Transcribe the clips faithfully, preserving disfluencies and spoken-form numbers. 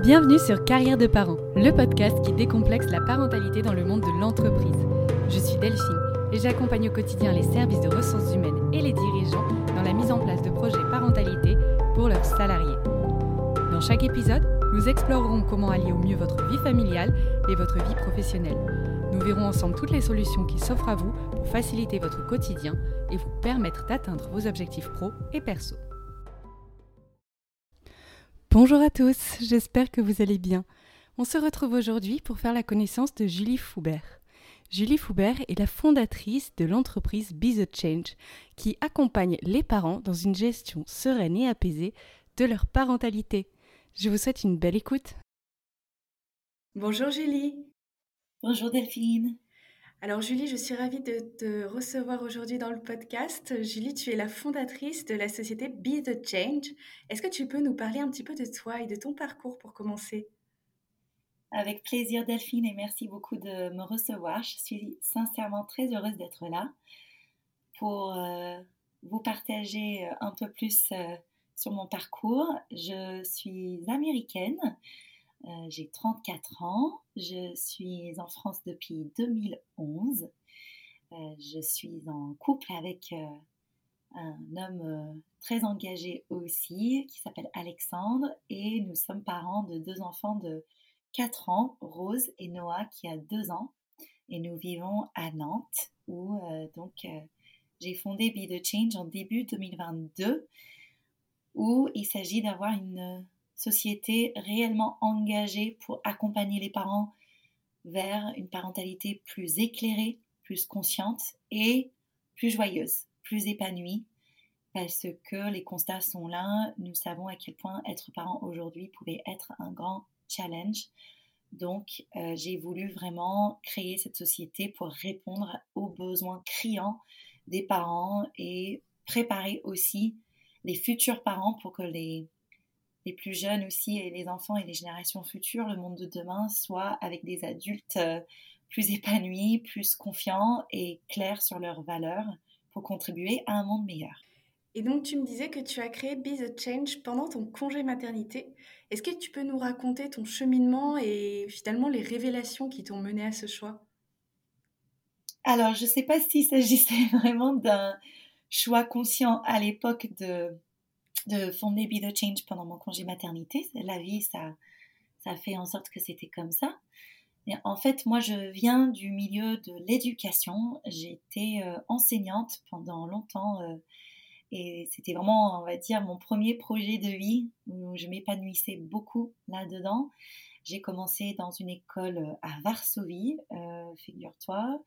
Bienvenue sur Carrière de parents, le podcast qui décomplexe la parentalité dans le monde de l'entreprise. Je suis Delphine et j'accompagne au quotidien les services de ressources humaines et les dirigeants dans la mise en place de projets parentalité pour leurs salariés. Dans chaque épisode, nous explorerons comment allier au mieux votre vie familiale et votre vie professionnelle. Nous verrons ensemble toutes les solutions qui s'offrent à vous pour faciliter votre quotidien et vous permettre d'atteindre vos objectifs pro et perso. Bonjour à tous, j'espère que vous allez bien. On se retrouve aujourd'hui pour faire la connaissance de Julie Foubert. Julie Foubert est la fondatrice de l'entreprise Be The Change qui accompagne les parents dans une gestion sereine et apaisée de leur parentalité. Je vous souhaite une belle écoute. Bonjour Julie. Bonjour Delphine. Alors Julie, je suis ravie de te recevoir aujourd'hui dans le podcast. Julie, tu es la fondatrice de la société Be The Change. Est-ce que tu peux nous parler un petit peu de toi et de ton parcours pour commencer ? Avec plaisir Delphine et merci beaucoup de me recevoir. Je suis sincèrement très heureuse d'être là pour euh, vous partager un peu plus euh, sur mon parcours. Je suis américaine. Euh, j'ai trente-quatre ans, je suis en France depuis deux mille onze, euh, je suis en couple avec euh, un homme euh, très engagé aussi qui s'appelle Alexandre et nous sommes parents de deux enfants de quatre ans, Rose et Noah qui a deux ans et nous vivons à Nantes où euh, donc euh, j'ai fondé Be The Change en début deux mille vingt-deux où il s'agit d'avoir une société réellement engagée pour accompagner les parents vers une parentalité plus éclairée, plus consciente et plus joyeuse, plus épanouie, parce que les constats sont là. Nous savons à quel point être parent aujourd'hui pouvait être un grand challenge. Donc, euh, j'ai voulu vraiment créer cette société pour répondre aux besoins criants des parents et préparer aussi les futurs parents pour que les les plus jeunes aussi et les enfants et les générations futures, le monde de demain, soit avec des adultes euh, plus épanouis, plus confiants et clairs sur leurs valeurs pour contribuer à un monde meilleur. Et donc tu me disais que tu as créé Be The Change pendant ton congé maternité. Est-ce que tu peux nous raconter ton cheminement et finalement les révélations qui t'ont mené à ce choix ? Alors, je ne sais pas s'il s'agissait vraiment d'un choix conscient à l'époque de de fonder Be The Change pendant mon congé maternité. La vie, ça, ça a fait en sorte que c'était comme ça. Et en fait, moi, je viens du milieu de l'éducation. J'ai été euh, enseignante pendant longtemps euh, et c'était vraiment, on va dire, mon premier projet de vie où je m'épanouissais beaucoup là-dedans. J'ai commencé dans une école à Varsovie, euh, figure-toi,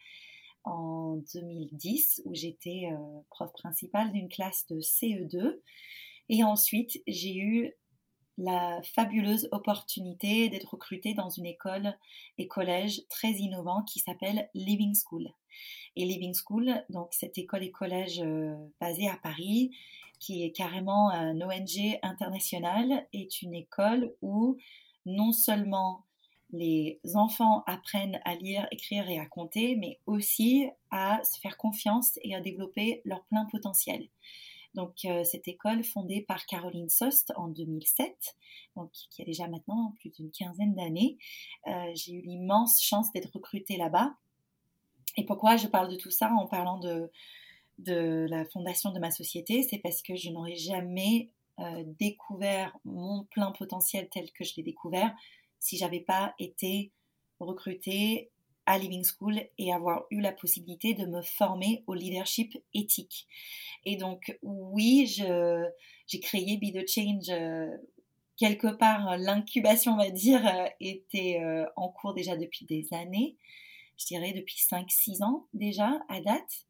en deux mille dix, où j'étais euh, prof principale d'une classe de C E deux. Et ensuite, j'ai eu la fabuleuse opportunité d'être recrutée dans une école et collège très innovant qui s'appelle Living School. Et Living School, donc cette école et collège euh, basée à Paris, qui est carrément un O N G international, est une école où non seulement les enfants apprennent à lire, écrire et à compter, mais aussi à se faire confiance et à développer leur plein potentiel. Donc, euh, cette école fondée par Caroline Sost en deux mille sept, donc, qui a déjà maintenant plus d'une quinzaine d'années. Euh, j'ai eu l'immense chance d'être recrutée là-bas. Et pourquoi je parle de tout ça en parlant de, de la fondation de ma société ? C'est parce que je n'aurais jamais euh, découvert mon plein potentiel tel que je l'ai découvert si je n'avais pas été recrutée à Living School et avoir eu la possibilité de me former au leadership éthique. Et donc, oui, je, j'ai créé Be The Change. Euh, quelque part, l'incubation, on va dire, euh, était euh, en cours déjà depuis des années. Je dirais depuis cinq six ans déjà, à date.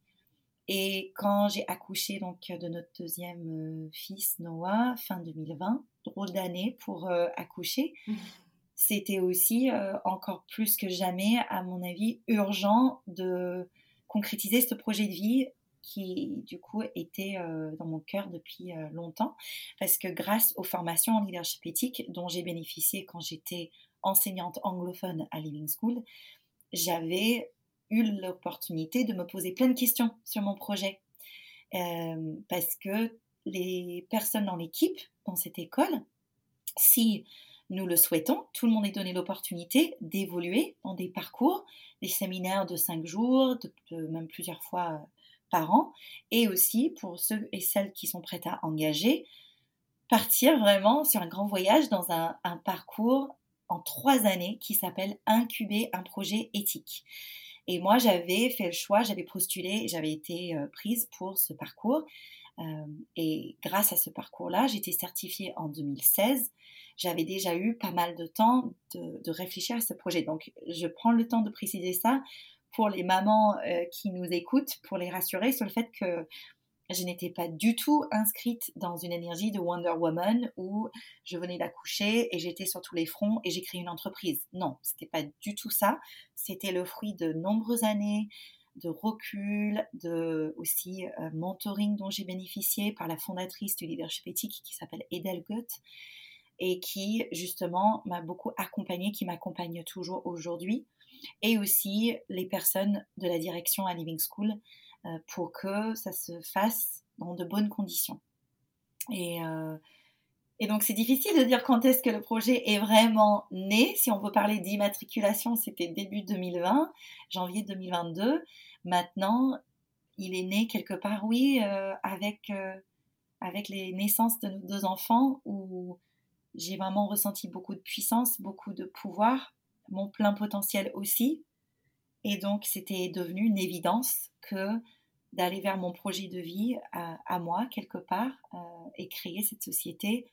Et quand j'ai accouché donc, de notre deuxième euh, fils, Noah, fin deux mille vingt, drôle d'année pour euh, accoucher, c'était aussi euh, encore plus que jamais, à mon avis, urgent de concrétiser ce projet de vie qui, du coup, était euh, dans mon cœur depuis euh, longtemps. Parce que grâce aux formations en leadership éthique dont j'ai bénéficié quand j'étais enseignante anglophone à Living School, j'avais eu l'opportunité de me poser plein de questions sur mon projet. Euh, parce que les personnes dans l'équipe, dans cette école, si nous le souhaitons, tout le monde est donné l'opportunité d'évoluer dans des parcours, des séminaires de cinq jours, de, de, même plusieurs fois euh, par an, et aussi pour ceux et celles qui sont prêts à engager, partir vraiment sur un grand voyage dans un, un parcours en trois années qui s'appelle Incuber un projet éthique. Et moi, j'avais fait le choix, j'avais postulé, j'avais été euh, prise pour ce parcours. Euh, et grâce à ce parcours-là, j'étais certifiée en deux mille seize. J'avais déjà eu pas mal de temps de, de réfléchir à ce projet. Donc, je prends le temps de préciser ça pour les mamans euh, qui nous écoutent, pour les rassurer sur le fait que je n'étais pas du tout inscrite dans une énergie de Wonder Woman où je venais d'accoucher et j'étais sur tous les fronts et j'ai créé une entreprise. Non, c'était pas du tout ça. C'était le fruit de nombreuses années de recul, de aussi euh, mentoring dont j'ai bénéficié par la fondatrice du leadership éthique qui s'appelle Edel Goethe et qui justement m'a beaucoup accompagnée, qui m'accompagne toujours aujourd'hui, et aussi les personnes de la direction à Living School euh, pour que ça se fasse dans de bonnes conditions. Et, euh, et donc c'est difficile de dire quand est-ce que le projet est vraiment né. Si on veut parler d'immatriculation, c'était début deux mille vingt, janvier deux mille vingt-deux. Maintenant, il est né quelque part, oui, euh, avec, euh, avec les naissances de nos deux enfants où j'ai vraiment ressenti beaucoup de puissance, beaucoup de pouvoir, mon plein potentiel aussi. Et donc, c'était devenu une évidence que d'aller vers mon projet de vie à, à moi, quelque part, euh, et créer cette société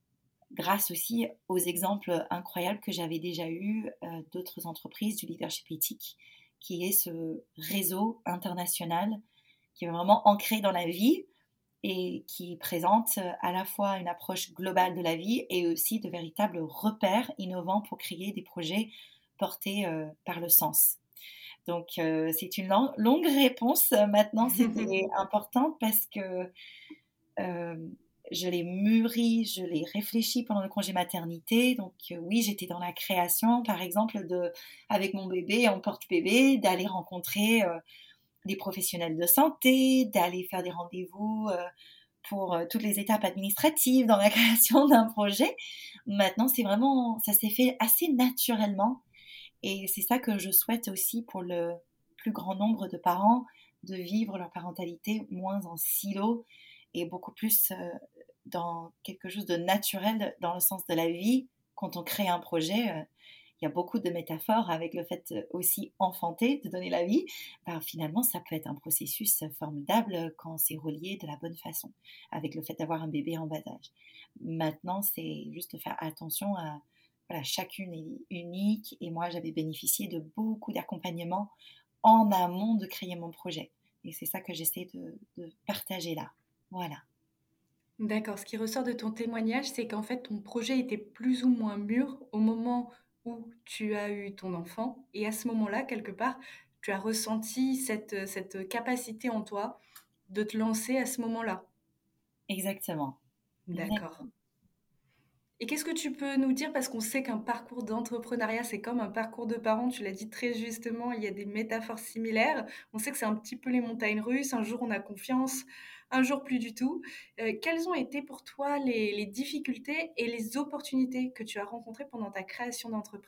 grâce aussi aux exemples incroyables que j'avais déjà eus euh, d'autres entreprises du leadership éthique, qui est ce réseau international qui est vraiment ancré dans la vie et qui présente à la fois une approche globale de la vie et aussi de véritables repères innovants pour créer des projets portés euh, par le sens. Donc, euh, c'est une long, longue réponse. Maintenant, c'était important parce que euh, je l'ai mûri, je l'ai réfléchi pendant le congé maternité. Donc, euh, oui, j'étais dans la création, par exemple, de, avec mon bébé en porte-bébé, d'aller rencontrer euh, des professionnels de santé, d'aller faire des rendez-vous euh, pour euh, toutes les étapes administratives dans la création d'un projet. Maintenant, c'est vraiment, ça s'est fait assez naturellement. Et c'est ça que je souhaite aussi pour le plus grand nombre de parents, de vivre leur parentalité moins en silo et beaucoup plus euh, dans quelque chose de naturel dans le sens de la vie. Quand on crée un projet, euh, il y a beaucoup de métaphores avec le fait aussi enfanter, de donner la vie. Ben, finalement, ça peut être un processus formidable quand c'est relié de la bonne façon, avec le fait d'avoir un bébé en bas âge. Maintenant, c'est juste de faire attention à voilà, chacune est unique et moi j'avais bénéficié de beaucoup d'accompagnement en amont de créer mon projet et c'est ça que j'essaie de, de partager là. Voilà. D'accord, ce qui ressort de ton témoignage, c'est qu'en fait ton projet était plus ou moins mûr au moment où tu as eu ton enfant et à ce moment-là, quelque part, tu as ressenti cette, cette capacité en toi de te lancer à ce moment-là. Exactement. D'accord. Exactement. Et qu'est-ce que tu peux nous dire, parce qu'on sait qu'un parcours d'entrepreneuriat, c'est comme un parcours de parents, tu l'as dit très justement, il y a des métaphores similaires. On sait que c'est un petit peu les montagnes russes, un jour on a confiance, un jour plus du tout. Euh, quelles ont été pour toi les, les difficultés et les opportunités que tu as rencontrées pendant ta création d'entreprise ?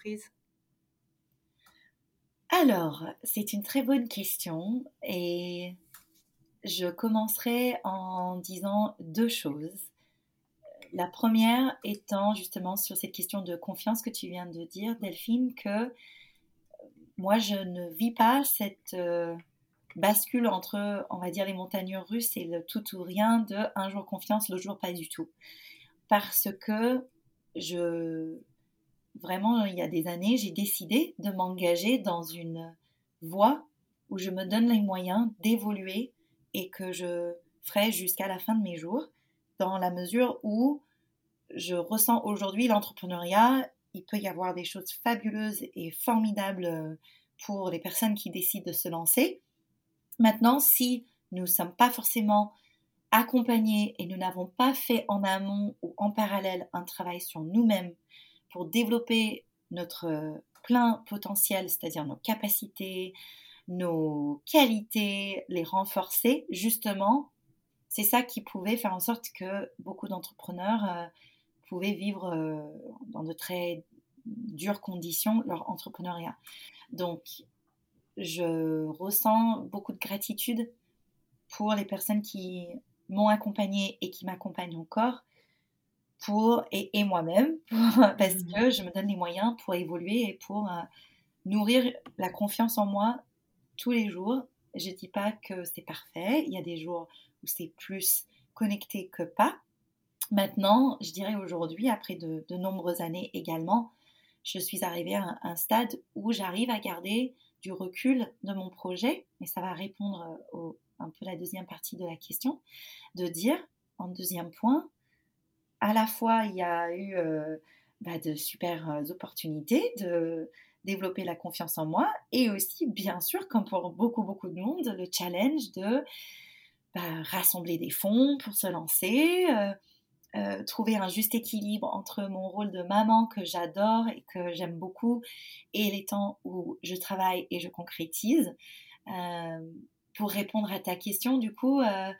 Alors, c'est une très bonne question et je commencerai en disant deux choses. La première étant justement sur cette question de confiance que tu viens de dire, Delphine, que moi, je ne vis pas cette euh, bascule entre, on va dire, les montagnes russes et le tout ou rien de un jour confiance, l'autre jour pas du tout. Parce que je, vraiment, il y a des années, j'ai décidé de m'engager dans une voie où je me donne les moyens d'évoluer et que je ferai jusqu'à la fin de mes jours, dans la mesure où je ressens aujourd'hui l'entrepreneuriat, il peut y avoir des choses fabuleuses et formidables pour les personnes qui décident de se lancer. Maintenant, si nous ne sommes pas forcément accompagnés et nous n'avons pas fait en amont ou en parallèle un travail sur nous-mêmes pour développer notre plein potentiel, c'est-à-dire nos capacités, nos qualités, les renforcer, justement, c'est ça qui pouvait faire en sorte que beaucoup d'entrepreneurs euh, pouvaient vivre euh, dans de très dures conditions leur entrepreneuriat. Donc, je ressens beaucoup de gratitude pour les personnes qui m'ont accompagnée et qui m'accompagnent encore, pour, et, et moi-même, pour, parce mmh. que je me donne les moyens pour évoluer et pour euh, nourrir la confiance en moi tous les jours. Je ne dis pas que c'est parfait, il y a des jours où c'est plus connecté que pas. Maintenant, je dirais aujourd'hui, après de, de nombreuses années également, je suis arrivée à un, un stade où j'arrive à garder du recul de mon projet, mais ça va répondre au, un peu la deuxième partie de la question, de dire, en deuxième point, à la fois il y a eu euh, bah, de super opportunités de développer la confiance en moi, et aussi, bien sûr, comme pour beaucoup, beaucoup de monde, le challenge de bah, rassembler des fonds pour se lancer, euh, Euh, trouver un juste équilibre entre mon rôle de maman que j'adore et que j'aime beaucoup et les temps où je travaille et je concrétise. Euh, pour répondre à ta question, du coup, euh,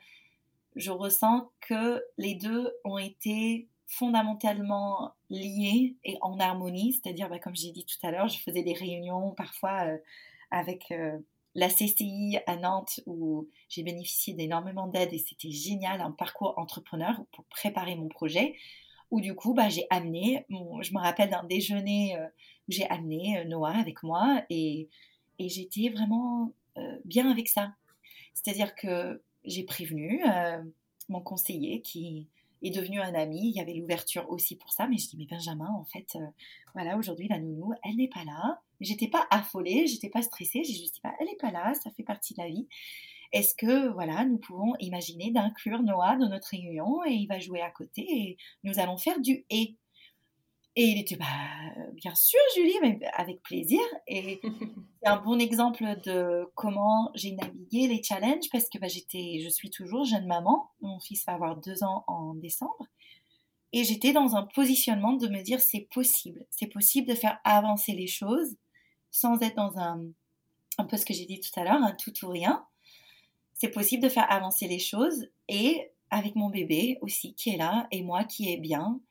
je ressens que les deux ont été fondamentalement liés et en harmonie, c'est-à-dire, bah, comme j'ai dit tout à l'heure, je faisais des réunions parfois euh, avec euh, la C C I à Nantes où j'ai bénéficié d'énormément d'aide et c'était génial, un parcours entrepreneur pour préparer mon projet, où du coup, bah, j'ai amené, mon, je me rappelle d'un déjeuner euh, où j'ai amené euh, Noah avec moi et, et j'étais vraiment euh, bien avec ça. C'est-à-dire que j'ai prévenu euh, mon conseiller qui est devenu un ami. Il y avait l'ouverture aussi pour ça, mais je dis mais Benjamin, en fait, euh, voilà, aujourd'hui la nounou, elle n'est pas là. J'étais pas affolée, j'étais pas stressée. J'ai juste dit bah, elle n'est pas là, ça fait partie de la vie. Est-ce que voilà, nous pouvons imaginer d'inclure Noah dans notre réunion et il va jouer à côté et nous allons faire du et. Et il était bah bien sûr Julie, mais avec plaisir. Et c'est un bon exemple de comment j'ai navigué les challenges parce que bah, j'étais, je suis toujours jeune maman. Mon fils va avoir deux ans en décembre. Et j'étais dans un positionnement de me dire c'est possible. C'est possible de faire avancer les choses sans être dans un, un peu ce que j'ai dit tout à l'heure, un tout ou rien. C'est possible de faire avancer les choses et avec mon bébé aussi qui est là et moi qui est bien.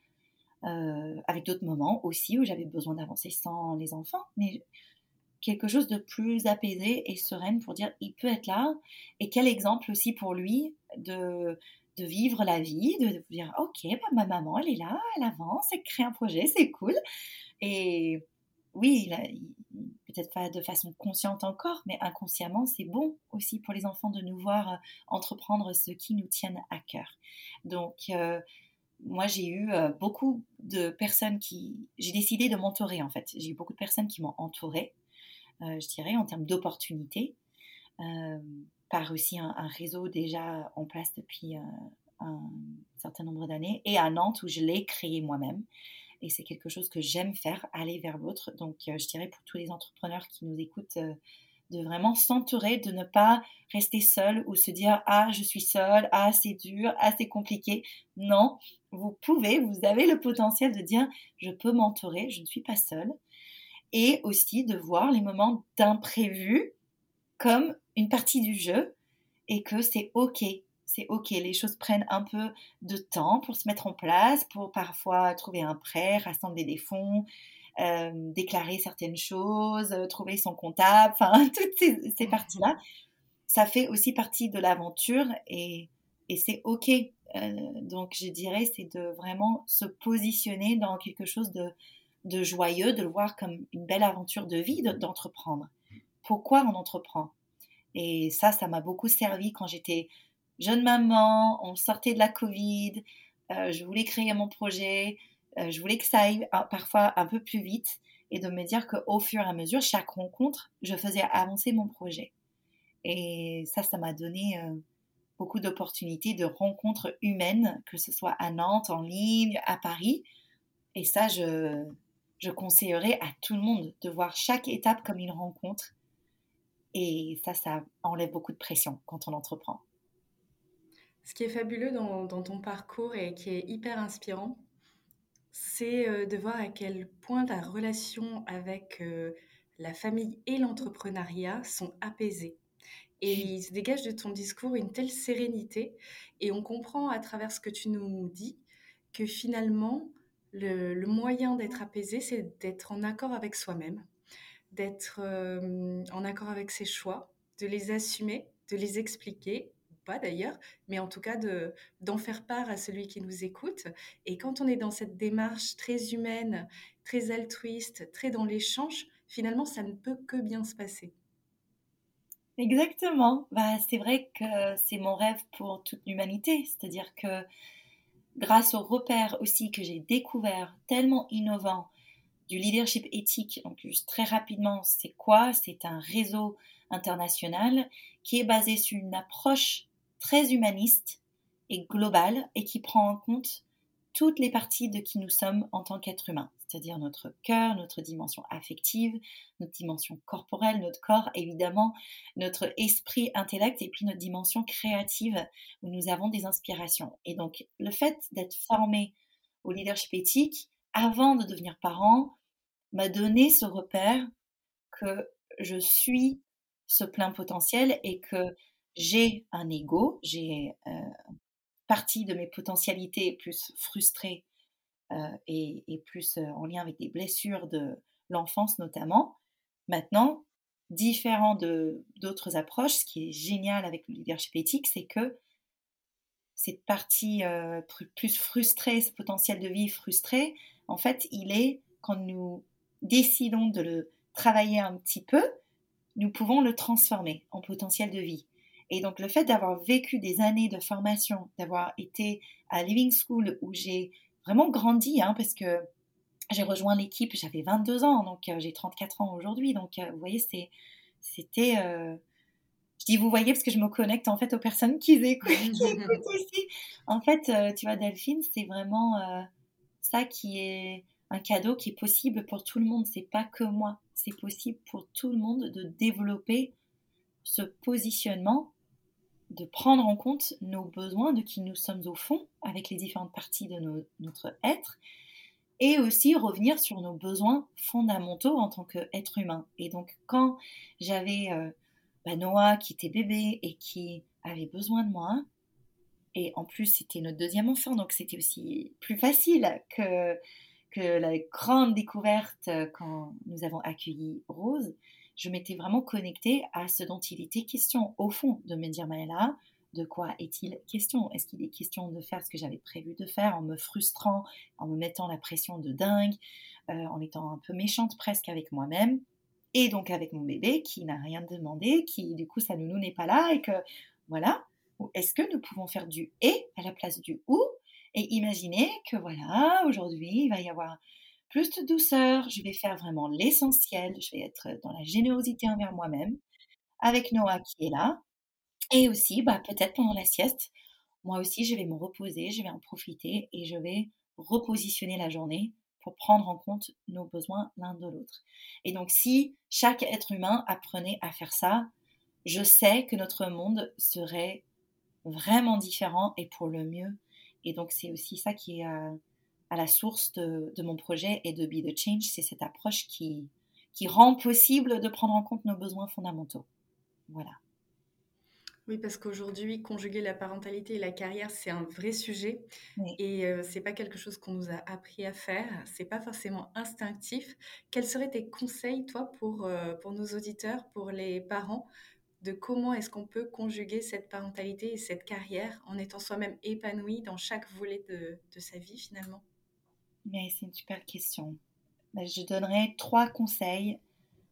Euh, avec d'autres moments aussi où j'avais besoin d'avancer sans les enfants. Mais quelque chose de plus apaisé et sereine pour dire il peut être là et quel exemple aussi pour lui de, de vivre la vie, de dire ok bah, ma maman elle est là, elle avance, elle crée un projet, c'est cool. Et oui, il a, il, peut-être pas de façon consciente encore, mais inconsciemment c'est bon aussi pour les enfants de nous voir euh, entreprendre ce qui nous tiennent à cœur. Donc euh, moi, j'ai eu euh, beaucoup de personnes qui... J'ai décidé de m'entourer, en fait. J'ai eu beaucoup de personnes qui m'ont entourée, euh, je dirais, en termes d'opportunités, euh, par aussi un, un réseau déjà en place depuis euh, un certain nombre d'années, et à Nantes, où je l'ai créé moi-même. Et c'est quelque chose que j'aime faire, aller vers l'autre. Donc, euh, je dirais pour tous les entrepreneurs qui nous écoutent, euh, de vraiment s'entourer, de ne pas rester seul ou se dire « Ah, je suis seule, ah, c'est dur, ah, c'est compliqué ». Non, vous pouvez, vous avez le potentiel de dire « Je peux m'entourer, je ne suis pas seule ». Et aussi de voir les moments d'imprévu comme une partie du jeu et que c'est OK. C'est OK, les choses prennent un peu de temps pour se mettre en place, pour parfois trouver un prêt, rassembler des fonds, euh, déclarer certaines choses, euh, trouver son comptable, enfin, toutes ces, ces parties-là, ça fait aussi partie de l'aventure et, et c'est OK. Euh, donc, je dirais, c'est de vraiment se positionner dans quelque chose de, de joyeux, de le voir comme une belle aventure de vie, de, d'entreprendre. Pourquoi on entreprend? Et ça, ça m'a beaucoup servi quand j'étais jeune maman, on sortait de la Covid, euh, je voulais créer mon projet, euh, je voulais que ça aille un, parfois un peu plus vite et de me dire qu'au fur et à mesure, chaque rencontre, je faisais avancer mon projet. Et ça, ça m'a donné euh, beaucoup d'opportunités de rencontres humaines, que ce soit à Nantes, en ligne, à Paris. Et ça, je, je conseillerais à tout le monde de voir chaque étape comme une rencontre. Et ça, ça enlève beaucoup de pression quand on entreprend. Ce qui est fabuleux dans, dans ton parcours et qui est hyper inspirant, c'est euh, de voir à quel point ta relation avec euh, la famille et l'entrepreneuriat sont apaisées. Et il se dégage de ton discours une telle sérénité. Et on comprend à travers ce que tu nous dis que finalement, Le, le moyen d'être apaisé, c'est d'être en accord avec soi-même, d'être euh, en accord avec ses choix, de les assumer, de les expliquer, ou pas d'ailleurs, mais en tout cas de, d'en faire part à celui qui nous écoute. Et quand on est dans cette démarche très humaine, très altruiste, très dans l'échange, finalement, ça ne peut que bien se passer. Exactement. Bah, c'est vrai que c'est mon rêve pour toute l'humanité. C'est-à-dire que grâce aux repères aussi que j'ai découverts, tellement innovants, du leadership éthique, donc juste très rapidement, c'est quoi? C'est un réseau international qui est basé sur une approche très humaniste et globale et qui prend en compte toutes les parties de qui nous sommes en tant qu'être humain, c'est-à-dire notre cœur, notre dimension affective, notre dimension corporelle, notre corps évidemment, notre esprit, intellect et puis notre dimension créative où nous avons des inspirations. Et donc le fait d'être formé au leadership éthique avant de devenir parent m'a donné ce repère que je suis ce plein potentiel et que j'ai un ego, j'ai euh, partie de mes potentialités plus frustrées euh, et, et, plus euh, en lien avec des blessures de l'enfance notamment. Maintenant, différent de d'autres approches, ce qui est génial avec le leadership éthique, c'est que cette partie euh, plus frustrée, ce potentiel de vie frustré, en fait, il est quand nous décidons de le travailler un petit peu, nous pouvons le transformer en potentiel de vie. Et donc le fait d'avoir vécu des années de formation, d'avoir été à Living School où j'ai vraiment grandi, hein, parce que j'ai rejoint l'équipe, j'avais vingt-deux ans, donc euh, j'ai trente-quatre ans aujourd'hui. Donc euh, vous voyez, c'est, c'était... Euh, je dis vous voyez parce que je me connecte en fait aux personnes qui écoutent, qui écoutent aussi. En fait, euh, tu vois, Delphine, c'est vraiment euh, ça qui est un cadeau qui est possible pour tout le monde. C'est pas que moi. C'est possible pour tout le monde de développer ce positionnement, de prendre en compte nos besoins, de qui nous sommes au fond, avec les différentes parties de nos, notre être, et aussi revenir sur nos besoins fondamentaux en tant qu'être humain. Et donc, quand j'avais euh, bah, Noah qui était bébé et qui avait besoin de moi, et en plus c'était notre deuxième enfant, donc c'était aussi plus facile que, que la grande découverte quand nous avons accueilli Rose. Je m'étais vraiment connectée à ce dont il était question au fond, de me dire Maëla, de quoi est-il question? Est-ce qu'il est question de faire ce que j'avais prévu de faire en me frustrant, en me mettant la pression de dingue, euh, en étant un peu méchante presque avec moi-même et donc avec mon bébé qui n'a rien demandé, qui du coup sa nounou n'est pas là et que voilà. Ou est-ce que nous pouvons faire du et à la place du ou et imaginer que voilà, aujourd'hui il va y avoir plus de douceur, je vais faire vraiment l'essentiel, je vais être dans la générosité envers moi-même, avec Noah qui est là, et aussi bah, peut-être pendant la sieste, moi aussi je vais me reposer, je vais en profiter et je vais repositionner la journée pour prendre en compte nos besoins l'un de l'autre. Et donc si chaque être humain apprenait à faire ça, je sais que notre monde serait vraiment différent et pour le mieux. Et donc c'est aussi ça qui est à, à la source de, de, mon projet et de Be the Change, c'est cette approche qui, qui rend possible de prendre en compte nos besoins fondamentaux. Voilà. Oui, parce qu'aujourd'hui, conjuguer la parentalité et la carrière, c'est un vrai sujet. Oui. Et euh, c'est pas quelque chose qu'on nous a appris à faire. C'est pas forcément instinctif. Quels seraient tes conseils, toi, pour, euh, pour nos auditeurs, pour les parents, de comment est-ce qu'on peut conjuguer cette parentalité et cette carrière en étant soi-même épanoui dans chaque volet de, de sa vie, finalement? Mais c'est une super question. Je donnerai trois conseils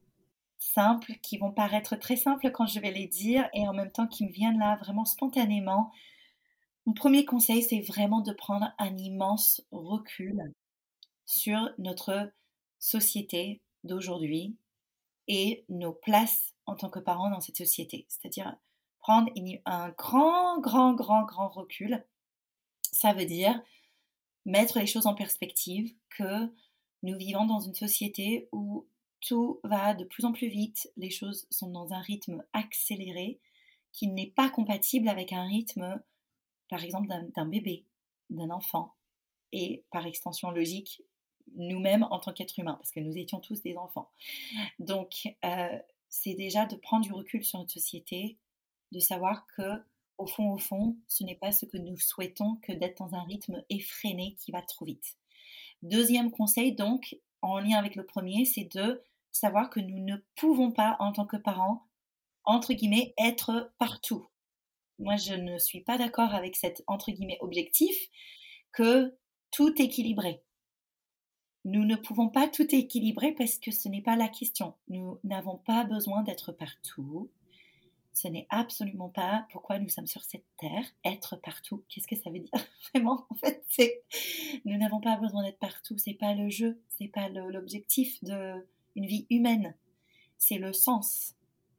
simples qui vont paraître très simples quand je vais les dire et en même temps qui me viennent là vraiment spontanément. Mon premier conseil, c'est vraiment de prendre un immense recul sur notre société d'aujourd'hui et nos places en tant que parents dans cette société. C'est-à-dire prendre un grand, grand, grand, grand recul. Ça veut dire mettre les choses en perspective, que nous vivons dans une société où tout va de plus en plus vite, les choses sont dans un rythme accéléré qui n'est pas compatible avec un rythme, par exemple, d'un, d'un bébé, d'un enfant, et par extension logique, nous-mêmes en tant qu'êtres humains, parce que nous étions tous des enfants. Donc, euh, c'est déjà de prendre du recul sur notre société, de savoir que, au fond, au fond, ce n'est pas ce que nous souhaitons que d'être dans un rythme effréné qui va trop vite. Deuxième conseil, donc, en lien avec le premier, c'est de savoir que nous ne pouvons pas, en tant que parents, entre guillemets, être partout. Moi, je ne suis pas d'accord avec cet, entre guillemets, objectif que tout équilibrer. Nous ne pouvons pas tout équilibrer parce que ce n'est pas la question. Nous n'avons pas besoin d'être partout. Ce n'est absolument pas pourquoi nous sommes sur cette terre. Être partout, qu'est-ce que ça veut dire vraiment? En fait, c'est nous n'avons pas besoin d'être partout. C'est pas le jeu, c'est pas le, l'objectif de une vie humaine. C'est le sens.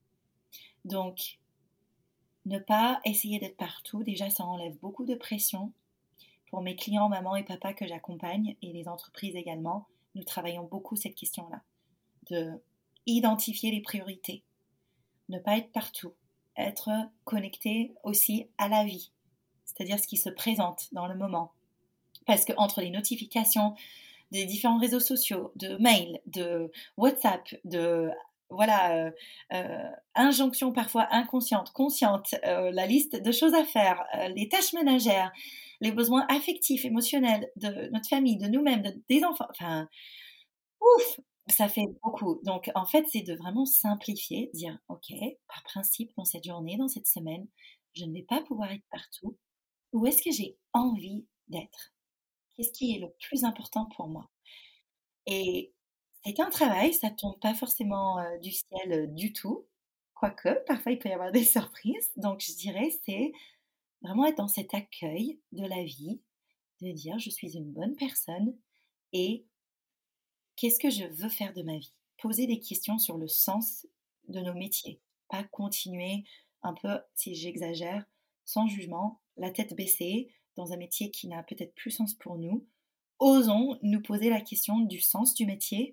Donc, ne pas essayer d'être partout. Déjà, ça enlève beaucoup de pression. Pour mes clients, maman et papa que j'accompagne, et les entreprises également, nous travaillons beaucoup cette question-là, de identifier les priorités, ne pas être partout, être connecté aussi à la vie, c'est-à-dire ce qui se présente dans le moment. Parce qu'entre les notifications des différents réseaux sociaux, de mails, de WhatsApp, de voilà, euh, euh, injonctions parfois inconscientes, conscientes, euh, la liste de choses à faire, euh, les tâches ménagères, les besoins affectifs, émotionnels de notre famille, de nous-mêmes, de, des enfants, enfin, ouf, ça fait beaucoup. Donc, en fait, c'est de vraiment simplifier, dire, OK, par principe, dans cette journée, dans cette semaine, je ne vais pas pouvoir être partout. Où est-ce que j'ai envie d'être? Qu'est-ce qui est le plus important pour moi? Et c'est un travail, ça tombe pas forcément euh, du ciel euh, du tout, quoique parfois il peut y avoir des surprises. Donc je dirais c'est vraiment être dans cet accueil de la vie, de dire je suis une bonne personne et qu'est-ce que je veux faire de ma vie? Poser des questions sur le sens de nos métiers, pas continuer un peu, si j'exagère, sans jugement, la tête baissée, dans un métier qui n'a peut-être plus sens pour nous. Osons nous poser la question du sens du métier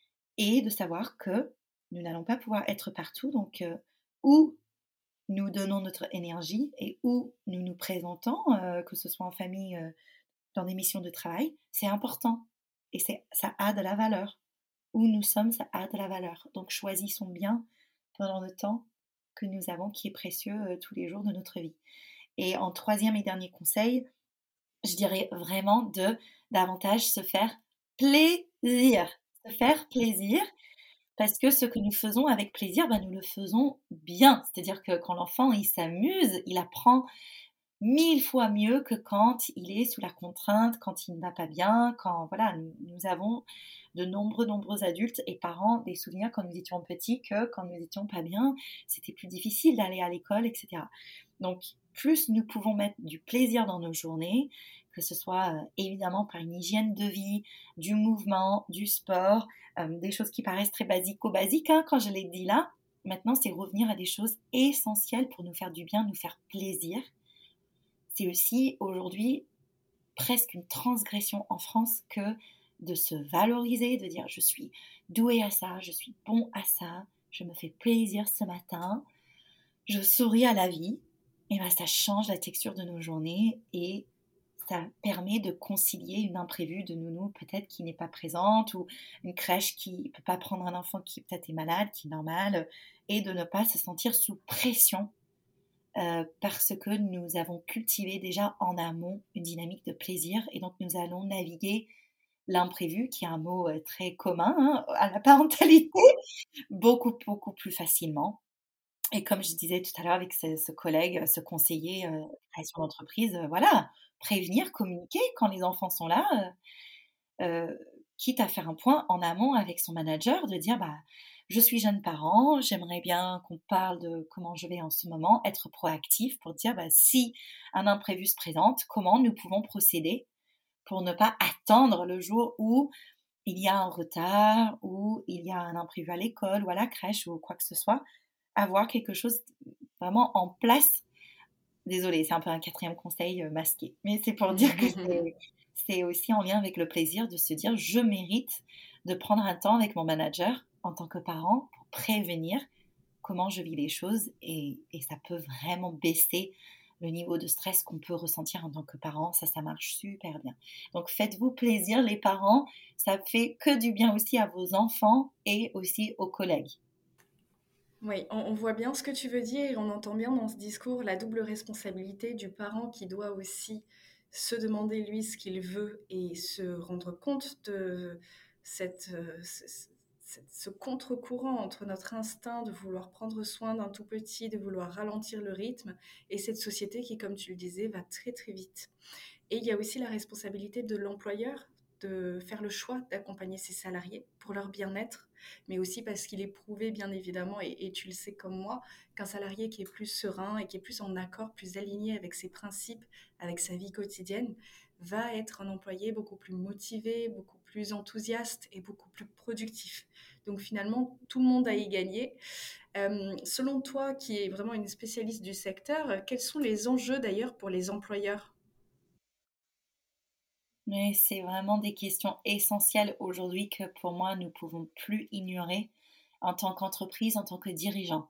et de savoir que nous n'allons pas pouvoir être partout. Donc, euh, où nous donnons notre énergie et où nous nous présentons, euh, que ce soit en famille, euh, dans des missions de travail, c'est important. Et c'est, ça a de la valeur. Où nous sommes, ça a de la valeur. Donc, choisissons bien pendant le temps que nous avons qui est précieux euh, tous les jours de notre vie. Et en troisième et dernier conseil, je dirais vraiment de davantage se faire plaisir. Se faire plaisir, parce que ce que nous faisons avec plaisir, ben, nous le faisons bien. C'est-à-dire que quand l'enfant, il s'amuse, il apprend mille fois mieux que quand il est sous la contrainte, quand il ne va pas bien, quand, voilà, nous, nous avons de nombreux, nombreux adultes et parents des souvenirs quand nous étions petits que quand nous étions pas bien, c'était plus difficile d'aller à l'école, et cetera. Donc, plus nous pouvons mettre du plaisir dans nos journées, que ce soit euh, évidemment par une hygiène de vie, du mouvement, du sport, euh, des choses qui paraissent très basico-basiques, hein, quand je l'ai dit là. Maintenant, c'est revenir à des choses essentielles pour nous faire du bien, nous faire plaisir. C'est aussi aujourd'hui presque une transgression en France que de se valoriser, de dire je suis doué à ça, je suis bon à ça, je me fais plaisir ce matin, je souris à la vie. Et bien ça change la texture de nos journées et ça permet de concilier une imprévue de nounou peut-être qui n'est pas présente ou une crèche qui ne peut pas prendre un enfant qui peut-être est malade, qui est normal, et de ne pas se sentir sous pression euh, parce que nous avons cultivé déjà en amont une dynamique de plaisir et donc nous allons naviguer l'imprévu, qui est un mot euh, très commun hein, à la parentalité, beaucoup, beaucoup plus facilement. Et comme je disais tout à l'heure avec ce, ce collègue, ce conseiller euh, création d'entreprise, euh, voilà, prévenir, communiquer quand les enfants sont là, euh, euh, quitte à faire un point en amont avec son manager, de dire bah, je suis jeune parent, j'aimerais bien qu'on parle de comment je vais en ce moment, être proactif pour dire bah, si un imprévu se présente, comment nous pouvons procéder pour ne pas attendre le jour où il y a un retard, où il y a un imprévu à l'école ou à la crèche ou quoi que ce soit, avoir quelque chose vraiment en place. Désolée, c'est un peu un quatrième conseil euh, masqué, mais c'est pour dire que c'est, c'est aussi en lien avec le plaisir de se dire je mérite de prendre un temps avec mon manager en tant que parent pour prévenir comment je vis les choses et, et ça peut vraiment baisser le niveau de stress qu'on peut ressentir en tant que parent. Ça, ça marche super bien. Donc faites-vous plaisir les parents, ça fait que du bien aussi à vos enfants et aussi aux collègues. Oui, on, on voit bien ce que tu veux dire et on entend bien dans ce discours la double responsabilité du parent qui doit aussi se demander lui ce qu'il veut et se rendre compte de cette, euh, ce, ce- ce contre-courant entre notre instinct de vouloir prendre soin d'un tout petit, de vouloir ralentir le rythme, et cette société qui, comme tu le disais, va très très vite. Et il y a aussi la responsabilité de l'employeur de faire le choix d'accompagner ses salariés pour leur bien-être, mais aussi parce qu'il est prouvé, bien évidemment, et, et tu le sais comme moi, qu'un salarié qui est plus serein et qui est plus en accord, plus aligné avec ses principes, avec sa vie quotidienne, va être un employé beaucoup plus motivé, beaucoup plus enthousiaste et beaucoup plus productif. Donc finalement, tout le monde a y gagné. Euh, selon toi, qui est vraiment une spécialiste du secteur, quels sont les enjeux d'ailleurs pour les employeurs? Mais c'est vraiment des questions essentielles aujourd'hui que pour moi, nous ne pouvons plus ignorer en tant qu'entreprise, en tant que dirigeant.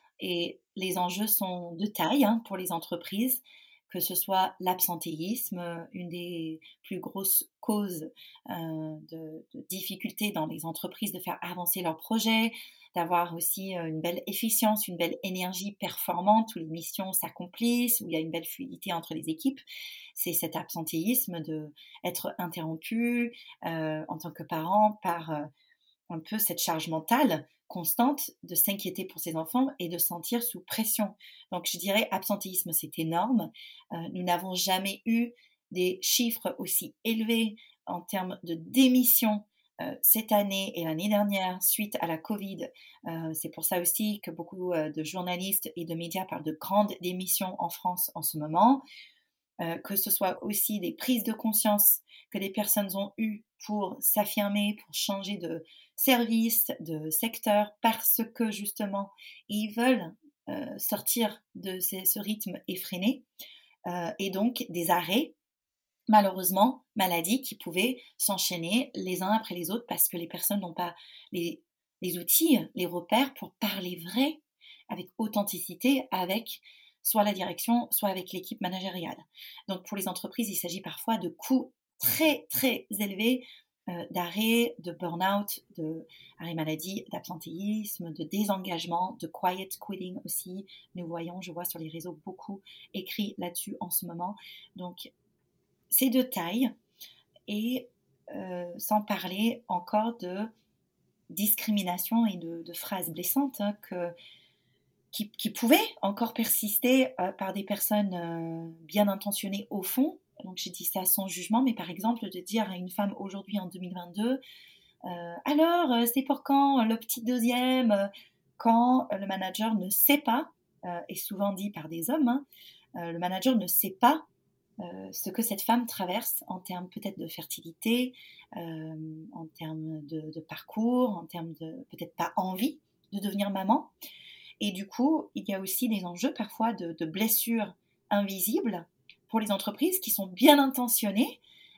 Et les enjeux sont de taille hein, pour les entreprises, que ce soit l'absentéisme, une des plus grosses causes euh, de, de difficultés dans les entreprises de faire avancer leurs projets, d'avoir aussi euh, une belle efficience, une belle énergie performante où les missions s'accomplissent, où il y a une belle fluidité entre les équipes. C'est cet absentéisme de être interrompu euh, en tant que parent par euh, un peu cette charge mentale constante de s'inquiéter pour ses enfants et de se sentir sous pression. Donc je dirais absentéisme, c'est énorme. Euh, nous n'avons jamais eu des chiffres aussi élevés en termes de démission euh, cette année et l'année dernière suite à la Covid. Euh, c'est pour ça aussi que beaucoup euh, de journalistes et de médias parlent de grandes démissions en France en ce moment. Euh, que ce soit aussi des prises de conscience que les personnes ont eues pour s'affirmer, pour changer de service, de secteur, parce que justement, ils veulent euh, sortir de ce, ce rythme effréné, euh, et donc des arrêts, malheureusement, maladies qui pouvaient s'enchaîner les uns après les autres parce que les personnes n'ont pas les, les outils, les repères pour parler vrai, avec authenticité, avec soit la direction, soit avec l'équipe managériale. Donc pour les entreprises, il s'agit parfois de coûts très très élevés euh, d'arrêt, de burn-out, de arrêt maladie, d'absentéisme, de désengagement, de quiet quitting aussi. Nous voyons, je vois sur les réseaux beaucoup écrit là-dessus en ce moment. Donc c'est de taille et euh, sans parler encore de discrimination et de, de phrases blessantes hein, que qui, qui pouvaient encore persister euh, par des personnes euh, bien intentionnées au fond. Donc j'ai dit ça sans jugement, mais par exemple de dire à une femme aujourd'hui en deux mille vingt-deux, euh, alors euh, c'est pour quand le petit deuxième, euh, quand le manager ne sait pas, euh, et souvent dit par des hommes, hein, euh, le manager ne sait pas euh, ce que cette femme traverse en termes peut-être de fertilité, euh, en termes de, de parcours, en termes de peut-être pas envie de devenir maman. Et du coup, il y a aussi des enjeux parfois de, de blessures invisibles pour les entreprises qui sont bien intentionnées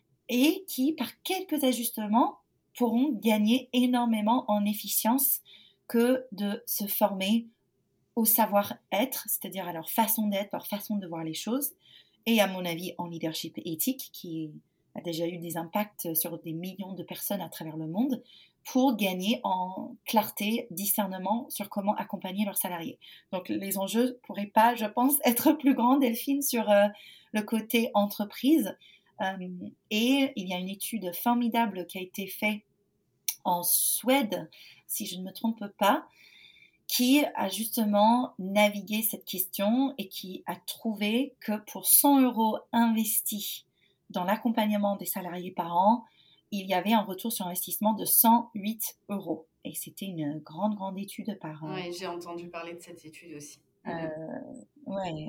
et qui, par quelques ajustements, pourront gagner énormément en efficience que de se former au savoir-être, c'est-à-dire à leur façon d'être, leur façon de voir les choses, et à mon avis en leadership éthique, qui a déjà eu des impacts sur des millions de personnes à travers le monde, pour gagner en clarté, discernement sur comment accompagner leurs salariés. Donc les enjeux ne pourraient pas, je pense, être plus grands, Delphine, sur euh, le côté entreprise. Euh, et il y a une étude formidable qui a été faite en Suède, si je ne me trompe pas, qui a justement navigué cette question et qui a trouvé que pour cent euros investis dans l'accompagnement des salariés par an, il y avait un retour sur investissement de cent huit euros. Et c'était une grande, grande étude par... Oui, j'ai entendu parler de cette étude aussi. Euh, ouais,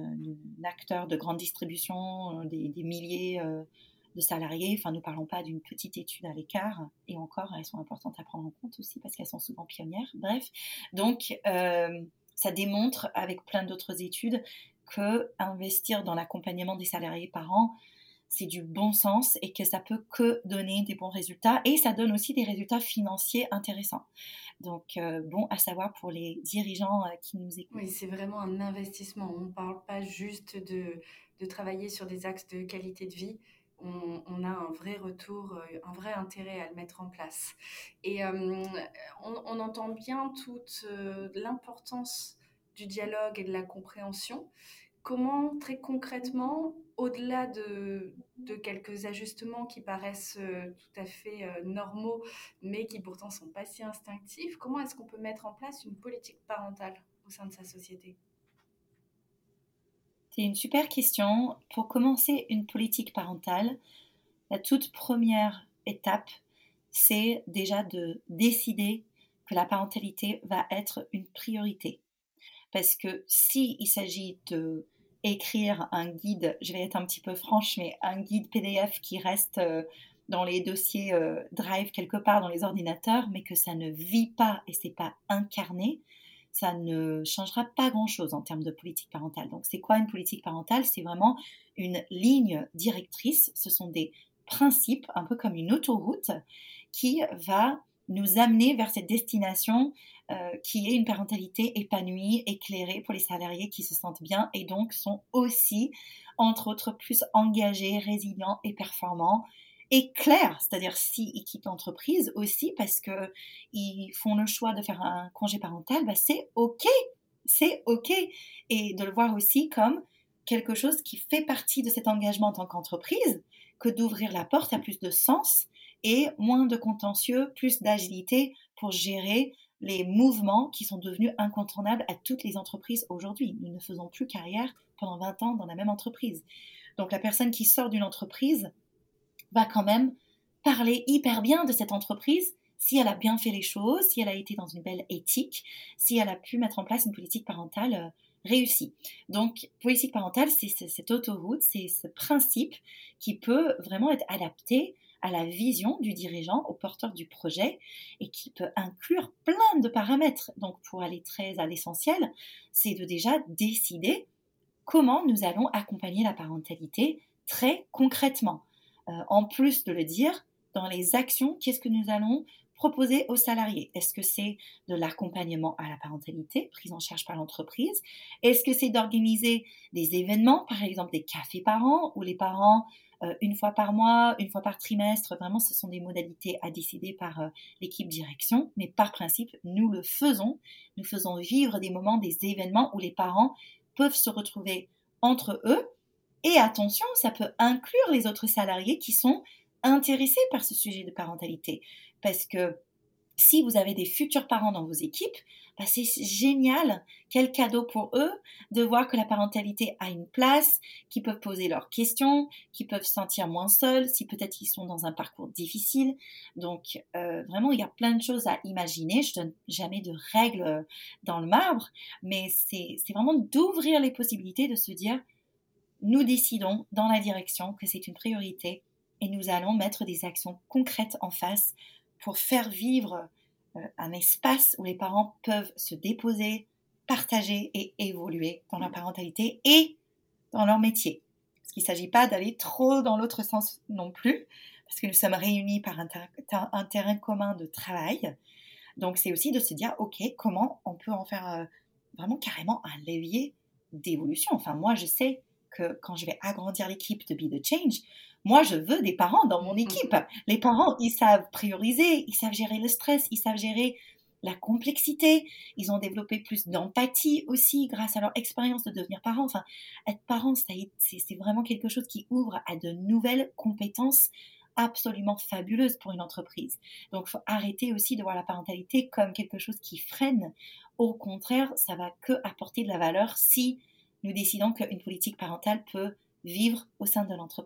un acteur de grande distribution, des, des milliers euh, de salariés. Enfin, nous ne parlons pas d'une petite étude à l'écart. Et encore, elles sont importantes à prendre en compte aussi parce qu'elles sont souvent pionnières. Bref, donc euh, ça démontre avec plein d'autres études que investir dans l'accompagnement des salariés par an, c'est du bon sens et que ça peut que donner des bons résultats. Et ça donne aussi des résultats financiers intéressants. Donc, euh, bon à savoir pour les dirigeants euh, qui nous écoutent. Oui, c'est vraiment un investissement. On ne parle pas juste de, de travailler sur des axes de qualité de vie. On, on a un vrai retour, euh, un vrai intérêt à le mettre en place. Et euh, on, on entend bien toute euh, l'importance du dialogue et de la compréhension. comment, très concrètement, au-delà de, de quelques ajustements qui paraissent euh, tout à fait euh, normaux, mais qui pourtant sont pas si instinctifs, comment est-ce qu'on peut mettre en place une politique parentale au sein de sa société? C'est une super question. Pour commencer une politique parentale, la toute première étape, c'est déjà de décider que la parentalité va être une priorité. Parce que si il s'agit de écrire un guide, je vais être un petit peu franche, mais un guide P D F qui reste euh, dans les dossiers euh, Drive quelque part dans les ordinateurs, mais que ça ne vit pas et c'est pas incarné, ça ne changera pas grand-chose en termes de politique parentale. Donc c'est quoi une politique parentale? C'est vraiment une ligne directrice, ce sont des principes, un peu comme une autoroute, qui va nous amener vers cette destination euh, qui est une parentalité épanouie, éclairée pour les salariés qui se sentent bien et donc sont aussi, entre autres, plus engagés, résilients et performants et clairs, c'est-à-dire s'ils quittent l'entreprise aussi parce qu'ils font le choix de faire un congé parental, bah c'est OK, c'est OK. Et de le voir aussi comme quelque chose qui fait partie de cet engagement en tant qu'entreprise, que d'ouvrir la porte à plus de sens et moins de contentieux, plus d'agilité pour gérer les mouvements qui sont devenus incontournables à toutes les entreprises aujourd'hui. Nous ne faisons plus carrière pendant vingt ans dans la même entreprise. Donc la personne qui sort d'une entreprise va quand même parler hyper bien de cette entreprise si elle a bien fait les choses, si elle a été dans une belle éthique, si elle a pu mettre en place une politique parentale réussie. Donc, politique parentale, c'est cette autoroute, c'est ce principe qui peut vraiment être adapté à la vision du dirigeant, au porteur du projet, et qui peut inclure plein de paramètres. Donc, pour aller très à l'essentiel, c'est de déjà décider comment nous allons accompagner la parentalité très concrètement. Euh, en plus de le dire, dans les actions, qu'est-ce que nous allons proposer aux salariés? Est-ce que c'est de l'accompagnement à la parentalité, prise en charge par l'entreprise? Est-ce que c'est d'organiser des événements, par exemple des cafés parents, où les parents, euh, une fois par mois, une fois par trimestre, vraiment ce sont des modalités à décider par euh, l'équipe direction, mais par principe, nous le faisons. Nous faisons vivre des moments, des événements où les parents peuvent se retrouver entre eux. Et attention, ça peut inclure les autres salariés qui sont intéressés par ce sujet de parentalité. Parce que si vous avez des futurs parents dans vos équipes, bah c'est génial, quel cadeau pour eux de voir que la parentalité a une place, qu'ils peuvent poser leurs questions, qu'ils peuvent se sentir moins seuls, si peut-être ils sont dans un parcours difficile. Donc euh, vraiment, il y a plein de choses à imaginer. Je donne jamais de règles dans le marbre, mais c'est, c'est vraiment d'ouvrir les possibilités, de se dire nous décidons dans la direction que c'est une priorité et nous allons mettre des actions concrètes en face pour faire vivre euh, un espace où les parents peuvent se déposer, partager et évoluer dans leur parentalité et dans leur métier. Parce qu'il ne s'agit pas d'aller trop dans l'autre sens non plus, parce que nous sommes réunis par un, ter- un terrain commun de travail. Donc c'est aussi de se dire, ok, comment on peut en faire euh, vraiment carrément un levier d'évolution. Enfin, moi, je sais que quand je vais agrandir l'équipe de Be The Change, moi, je veux des parents dans mon équipe. Les parents, ils savent prioriser, ils savent gérer le stress, ils savent gérer la complexité. Ils ont développé plus d'empathie aussi grâce à leur expérience de devenir parents. Enfin, être parent, ça, c'est, c'est vraiment quelque chose qui ouvre à de nouvelles compétences absolument fabuleuses pour une entreprise. Donc, il faut arrêter aussi de voir la parentalité comme quelque chose qui freine. Au contraire, ça va que apporter de la valeur si nous décidons qu'une politique parentale peut vivre au sein de l'entreprise.